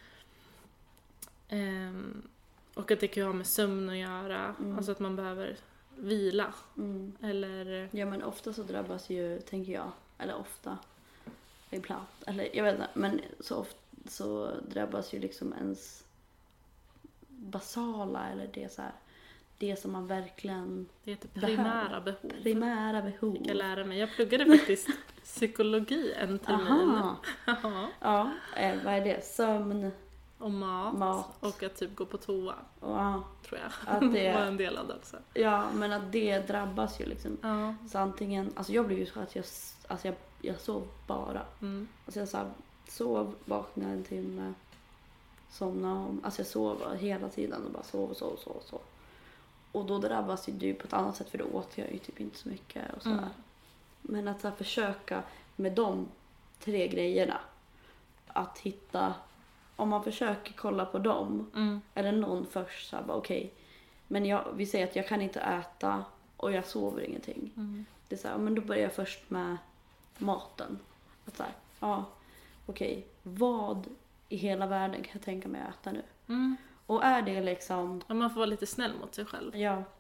B: Um, och att det kan ha med sömn att göra.
A: Mm.
B: Alltså att man behöver vila.
A: Mm.
B: Eller...
A: Ja, men ofta så drabbas ju, tänker jag, eller ofta, ibland, eller jag vet inte, men så ofta så drabbas ju liksom ens basala eller det så här, det som man verkligen
B: Det heter primära
A: behöver.
B: behov.
A: Primära behov.
B: Fick jag lära mig. Jag pluggade faktiskt psykologi en termin.
A: Aha.
B: Ja.
A: Ja, eh, vad är det? Sömn
B: Och mat,
A: Mat.
B: och att typ gå på toa,
A: och ja,
B: tror jag.
A: Att det-
B: var en del av det också.
A: ja, men att det drabbas ju liksom.
B: Ja.
A: Så antingen, alltså jag blev ju så att jag, alltså jag, jag sov bara.
B: Mm.
A: Alltså jag så här, sov, vaknade en timme, somnade om. Alltså jag sov hela tiden och bara sov och sov och sov och sov. Och då drabbas ju du på ett annat sätt för då åt jag ju typ inte så mycket och så här.
B: Mm.
A: Men att så här, försöka med de tre grejerna att hitta, om man försöker kolla på dem
B: Mm.
A: eller någon först så här, bara okej. Men jag, vi säger att jag kan inte äta och jag sover ingenting.
B: Mm.
A: Det är så här, men då börjar jag först med maten. Att så här, ja, okej, vad i hela världen kan jag tänka mig att äta nu?
B: Mm.
A: Och är det liksom,
B: Och man får vara lite snäll mot sig själv.
A: ja,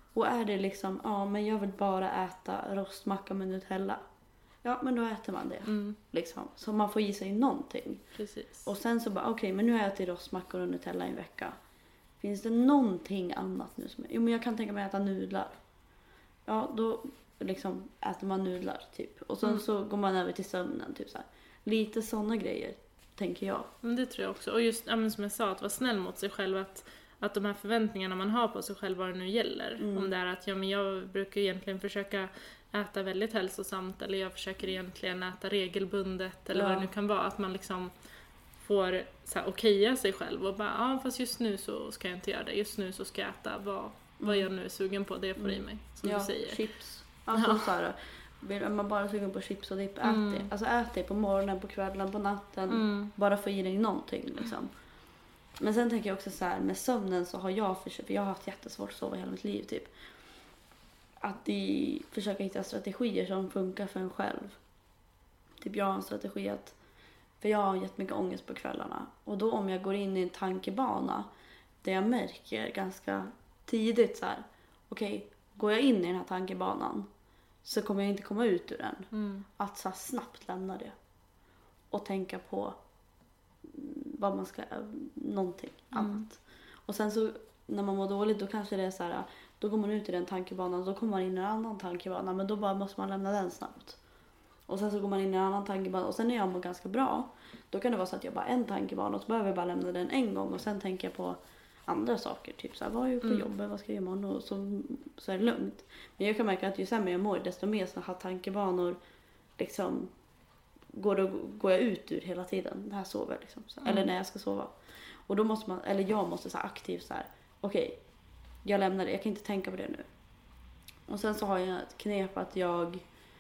A: Och är det liksom, ja men jag vill bara äta rostmacka med Nutella. Ja men då äter man det.
B: Mm.
A: Liksom. Så man får i sig någonting.
B: Precis.
A: Och sen så bara, okej okay, men nu har jag ätit rostmackor och Nutella i en vecka. Finns det någonting annat nu som, jo men jag kan tänka mig att äta nudlar. Ja då liksom äter man nudlar typ. Och sen mm. så går man över till sömnen typ så här. Lite sådana grejer tänker jag.
B: Men det tror jag också. Och just ja, men som jag sa, att vara snäll mot sig själv. Att, att de här förväntningarna man har på sig själv, vad det nu gäller. Mm. Om det är att ja, men jag brukar egentligen försöka äta väldigt hälsosamt. Eller jag försöker egentligen äta regelbundet. Eller ja. vad det nu kan vara. Att man liksom får så här, okeja sig själv. Och bara, ja fast just nu så ska jag inte göra det. Just nu så ska jag äta vad, mm. vad jag nu är sugen på. Det jag får i mig. Som
A: ja,
B: du säger.
A: Chips. Alltså ja. så här. Är man bara sugen på chips och dipp, ät mm. det. Alltså ät det på morgonen, på kvällen, på natten. Mm. Bara få i dig någonting liksom. Men sen tänker jag också så här, med sömnen så har jag försökt, för jag har haft jättesvårt att sova hela mitt liv typ. Att de försöka hitta strategier som funkar för en själv. Typ jag har en strategi att, för jag har jättemycket ångest på kvällarna. Och då om jag går in i en tankebana där jag märker ganska tidigt så här, okej, okay, går jag in i den här tankebanan så kommer jag inte komma ut ur den. Mm. Att så snabbt lämna det. Och tänka på vad man ska, någonting mm. annat. Och sen så när man mår dåligt då kanske det är så här, då går man ut i den tankebanan, då kommer man in i en annan tankebana, men då bara måste man lämna den snabbt. Och sen så går man in i en annan tankebana och sen när jag mår ganska bra, då kan det vara så att jag bara en tankebana och så behöver jag bara lämna den en gång och sen tänker jag på andra saker, typ så här, vad är jag på mm. jobbet, vad ska jag göra imorgon, och så, så är det lugnt. Men jag kan märka att ju sämre jag mår, desto mer så här tankebanor liksom går, då, går jag ut ur hela tiden när jag sover liksom, så, mm. eller när jag ska sova. Och då måste man, eller jag måste så här aktivt så här, okej, okay, jag lämnar det, jag kan inte tänka på det nu. Och sen så har jag ett knep att jag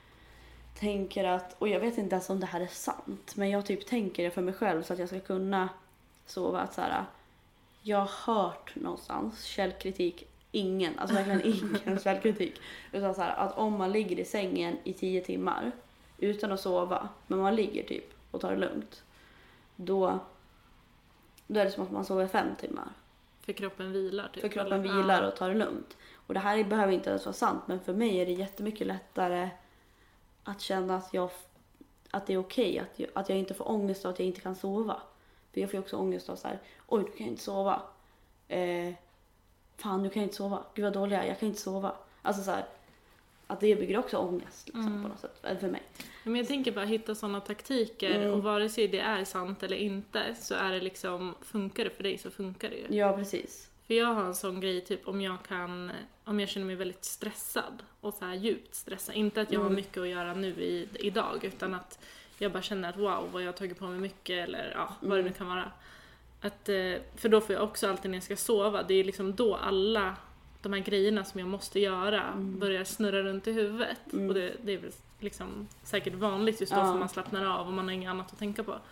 A: tänker att, och jag vet inte ens om det här är sant, men jag typ tänker det för mig själv så att jag ska kunna sova, att så här, jag har hört någonstans källkritik, ingen, alltså verkligen ingen källkritik, utan så här, att om man ligger i sängen i tio timmar utan att sova, men man ligger typ och tar det lugnt, då, då är det som att man sover fem timmar.
B: För kroppen vilar typ.
A: För kroppen eller? vilar och tar det lugnt. Och det här behöver inte ens vara sant, men för mig är det jättemycket lättare att känna att, jag, att det är okej, att, jag, att jag inte får ångest av att jag inte kan sova. För jag får också ångest av så här, oj, du kan inte sova. Eh, fan, du kan inte sova. Gud vad dålig jag är, jag kan inte sova. Alltså så här, att det bygger också ångest liksom, mm. på något sätt, eller för mig.
B: Men jag tänker bara hitta sådana taktiker mm. och vare sig det är sant eller inte, så är det liksom, funkar det för dig så funkar det ju.
A: Ja, precis.
B: För jag har en sån grej typ om jag kan, om jag känner mig väldigt stressad och så här djupt stressad. Inte att jag mm. har mycket att göra nu i, idag, utan att jag bara känner att wow, vad jag har tagit på mig mycket eller ja, vad mm. det nu kan vara. Att, för då får jag också alltid när jag ska sova, det är liksom då alla de här grejerna som jag måste göra mm. börjar snurra runt i huvudet. Mm. Och det, det är väl liksom säkert vanligt just då, ja. för man slappnar av och man har inget annat att tänka på.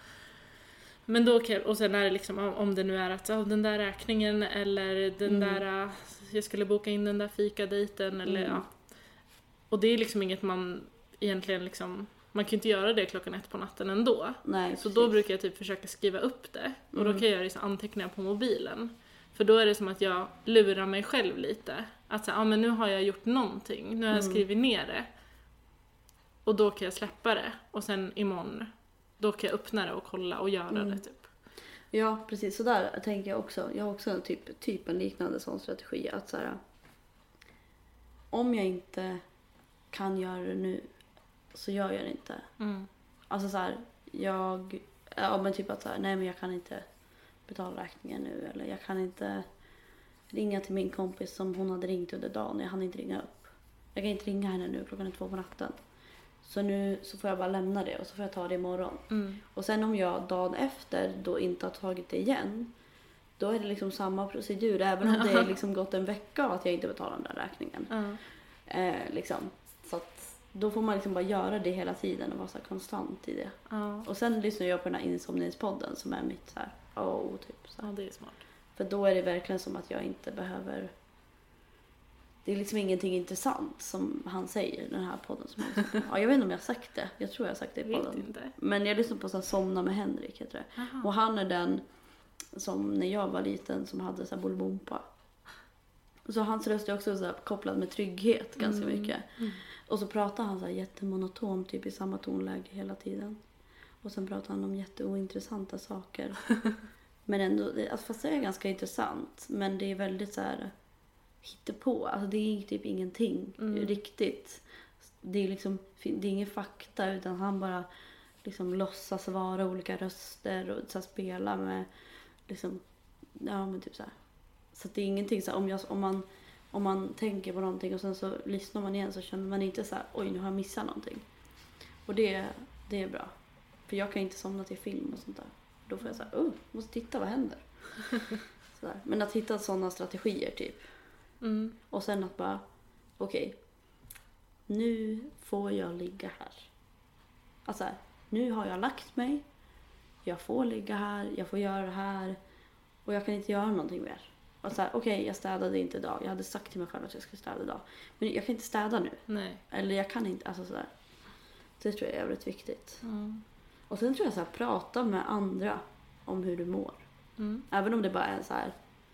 B: Men då kan jag, och sen är det liksom om det nu är att oh, den där räkningen eller den mm. där, jag skulle boka in den där fikadejten eller mm. ja. Och det är liksom inget man egentligen liksom, man kan ju inte göra det klockan ett på natten ändå.
A: Nej,
B: så då brukar jag typ försöka skriva upp det. Och mm. då kan jag göra så anteckningar på mobilen. För då är det som att jag lurar mig själv lite. Att säga, ja men nu har jag gjort någonting. Nu har jag mm. skrivit ner det. Och då kan jag släppa det. Och sen imorgon, då kan jag öppna det och kolla och göra mm. det typ.
A: Ja, precis. Så där tänker jag också. Jag har också en typ, typ en liknande sån strategi. Att så här, om jag inte kan göra det nu, så gör jag det inte. Mm. Alltså så här, jag, ja men typ att så här, nej men jag kan inte betala räkningen nu, eller jag kan inte ringa till min kompis som hon hade ringt under dagen, jag hann inte ringa upp. Jag kan inte ringa henne nu, klockan är två på natten. Så nu så får jag bara lämna det och så får jag ta det imorgon. Mm. Och sen om jag dagen efter då inte har tagit det igen, då är det liksom samma procedur, även om det är liksom gått en vecka av att jag inte betalar den där räkningen. Mm. Eh, liksom. Så att då får man liksom bara göra det hela tiden och vara så här konstant i det. Mm. Och sen lyssnar jag på den här insomningspodden som är mitt så här, oh, typ så här.
B: Ja, det är smart.
A: För då är det verkligen som att jag inte behöver, det är liksom ingenting intressant som han säger, den här podden som han säger. Ja, jag vet inte om jag har sagt det. Jag tror jag har sagt det i podden.
B: Vet inte.
A: Men jag lyssnar på så här, Somna med Henrik heter det. Aha. Och han är den som när jag var liten som hade så här Bolibompa. Så hans röst är också så här kopplad med trygghet ganska
B: Mm.
A: mycket.
B: Mm.
A: Och så pratar han så här jättemonotom typ i samma tonläge hela tiden. Och sen pratar han om jätteointressanta saker. Men ändå, det- alltså fast det är ganska intressant. Men det är väldigt så här hittepå. Alltså det är typ ingenting
B: Mm.
A: riktigt. Det är liksom, det är ingen fakta utan han bara liksom låtsas vara olika röster och så här, spela med liksom, ja men typ så här. Så att det är ingenting så här, om, jag, om, man, om man tänker på någonting och sen så lyssnar man igen så känner man inte så här, oj nu har jag missat någonting. Och det, det är bra. För jag kan inte somna till film och sånt där. Då får jag så här, oh, måste titta vad händer. Så där. Men att hitta sådana strategier typ.
B: Mm.
A: Och sen att bara, okej, okay, nu får jag ligga här. Alltså här, nu har jag lagt mig. Jag får ligga här, jag får göra det här. Och jag kan inte göra någonting mer. Och så här, okej, okay, jag städade inte idag. Jag hade sagt till mig själv att jag skulle städa idag. Men jag kan inte städa nu.
B: Nej.
A: Eller jag kan inte, alltså sådär. Det tror jag är väldigt viktigt.
B: Mm.
A: Och sen tror jag så här, prata med andra om hur du mår.
B: Mm.
A: Även om det bara är så här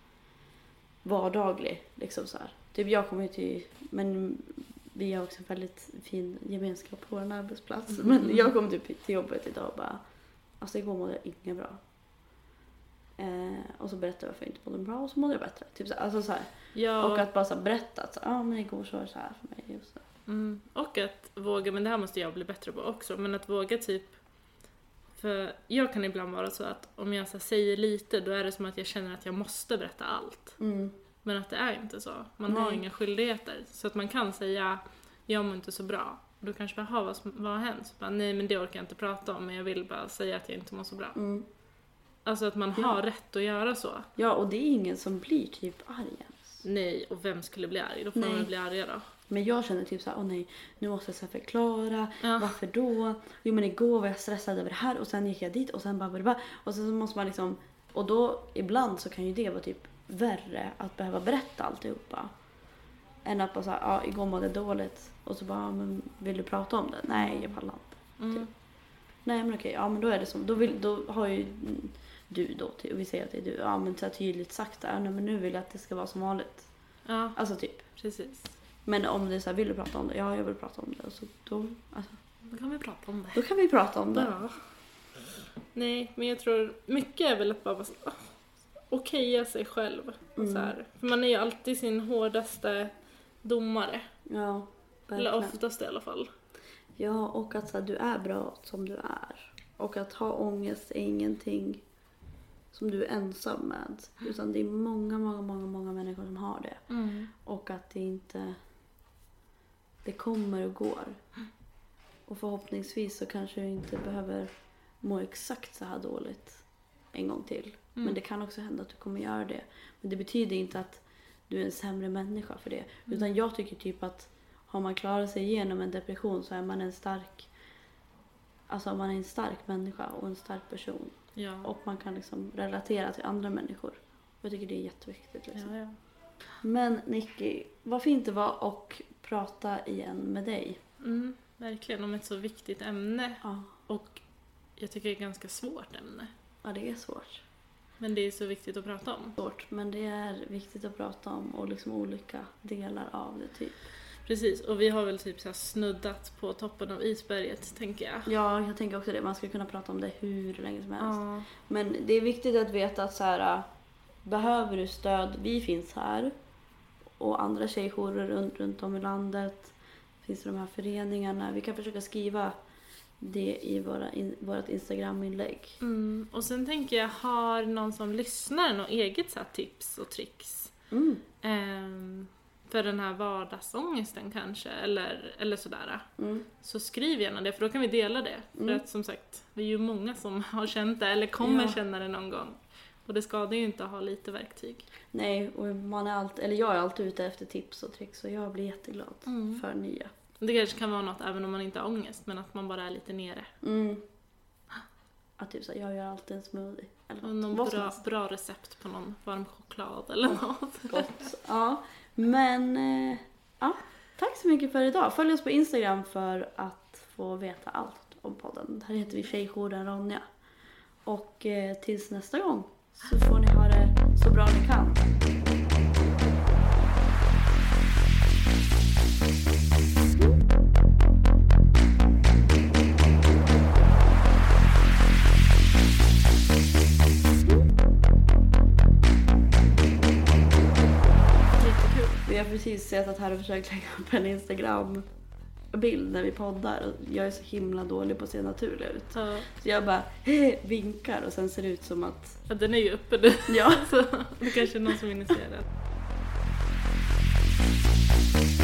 A: vardaglig, liksom så här. Typ jag kommer ju till, men vi har också en väldigt fin gemenskap på en arbetsplats.
B: Mm.
A: Men jag kom typ till jobbet idag och bara, alltså igår mådde jag inget bra. Eh, och så berättade jag varför jag inte mådde bra och så mådde jag bättre. Typ så, alltså så här.
B: Ja.
A: Och att bara så här berätta att, ja ah, men igår så var det så här för mig. Och, så.
B: Mm. Och att våga, men det här måste jag bli bättre på också, men att våga typ, för jag kan ibland vara så att om jag så här, säger lite då är det som att jag känner att jag måste berätta allt.
A: Mm.
B: Men att det är inte så. Man
A: Nej.
B: har inga skyldigheter. Så att man kan säga, jag mår inte så bra. Och då kanske bara, vad, vad har hänt? Så bara, nej men det orkar jag inte prata om, men jag vill bara säga att jag inte mår så bra.
A: Mm.
B: Alltså att man
A: Ja.
B: har rätt att göra så.
A: Ja, och det är ingen som blir typ arg ens.
B: Nej, och vem skulle bli arg? Då får
A: Nej.
B: man bli arga då.
A: Men jag känner typ så här, åh nej, nu måste jag så här förklara.
B: Ja.
A: Varför då? Jo men igår var jag stressad över det här och sen gick jag dit och sen bara, bara, bara. Och sen så måste man liksom, och då ibland så kan ju det vara typ värre att behöva berätta alltihopa. Än att bara så här, ja igår mådde jag dåligt. Och så bara, ja, men vill du prata om det? Nej, jag pallar inte.
B: Mm.
A: Typ. Nej men okej, ja men då är det som, då, vill, då har ju du då, och vi säger att det är du, ja men så här tydligt sagt där, nej men nu vill jag att det ska vara som vanligt.
B: Ja,
A: Alltså typ.
B: precis.
A: Men om det är så här, vill du prata om det? Ja, jag vill prata om det. Och så då, alltså,
B: Då kan vi prata om det.
A: då kan vi prata om det.
B: Ja. Nej, men jag tror mycket är väl att bara oh, okeja sig själv.
A: Mm.
B: Så här. För man är ju alltid sin hårdaste domare.
A: Ja,
B: Eller
A: verkligen.
B: oftast i alla fall.
A: Ja, och att så här, du är bra som du är. Och att ha ångest är ingenting som du är ensam med. Utan det är många, många, många, många människor som har det.
B: Mm.
A: Och att det inte... Det kommer och går. Och förhoppningsvis så kanske du inte behöver må exakt så här dåligt en gång till.
B: Mm.
A: Men det kan också hända att du kommer göra det. Men det betyder inte att du är en sämre människa för det.
B: Mm.
A: Utan jag tycker typ att har man klarat sig igenom en depression så är man en stark... Alltså man är en stark människa och en stark person.
B: Ja.
A: Och man kan liksom relatera till andra människor. Jag tycker det är jätteviktigt. Liksom.
B: Ja, ja.
A: Men Nicky, vad fint det var att prata igen med dig.
B: Mm, verkligen, om ett så viktigt ämne.
A: Ja,
B: Och jag tycker det är ett ganska svårt ämne.
A: ja det är svårt.
B: Men det är så viktigt att prata om.
A: svårt. Men det är viktigt att prata om och liksom olika delar av det typ.
B: Precis, och vi har väl typ så här snuddat på toppen av isberget, tänker jag.
A: Ja, jag tänker också det. Man ska kunna prata om det hur länge som helst.
B: Ja.
A: Men det är viktigt att veta att så här, behöver du stöd, vi finns här. Och andra tjejjourer runt, runt om i landet. Finns det de här föreningarna. Vi kan försöka skriva det i våra in, vårat Instagram-inlägg.
B: Mm. Och sen tänker jag, har någon som lyssnar något eget så här tips och tricks?
A: Mm.
B: Ehm, för den här vardagsångesten kanske, eller, eller sådär.
A: Mm.
B: Så skriv gärna det, för då kan vi dela det.
A: Mm.
B: För att som sagt, vi är ju många som har känt det, eller kommer
A: Ja.
B: känna det någon gång. Och det skadar ju inte att ha lite verktyg.
A: Nej, och man är alltid, eller jag är alltid ute efter tips och tricks och jag blir jätteglad
B: Mm.
A: för nya.
B: Det kanske kan vara något även om man inte har ångest, men att man bara är lite nere.
A: Mm. Att typ så här, jag gör alltid en smoothie. Eller
B: Och någon
A: vad som
B: bra,
A: helst.
B: bra recept på någon varm choklad eller något.
A: Gott. Ja, men eh, ja, tack så mycket för idag. Följ oss på Instagram för att få veta allt om podden. Här heter vi Tjejjouren Ronja. Och eh, tills nästa gång så får ni ha det så bra ni kan. Vi har precis sett att här och försökt lägga upp en Instagram-bild när vi poddar. Och jag är så himla dålig på att se naturlig ut.
B: Ja.
A: Så jag bara hej, vinkar och sen ser det ut som att...
B: Ja, den är ju uppe nu.
A: Ja.
B: Så det kanske är någon som vill se den.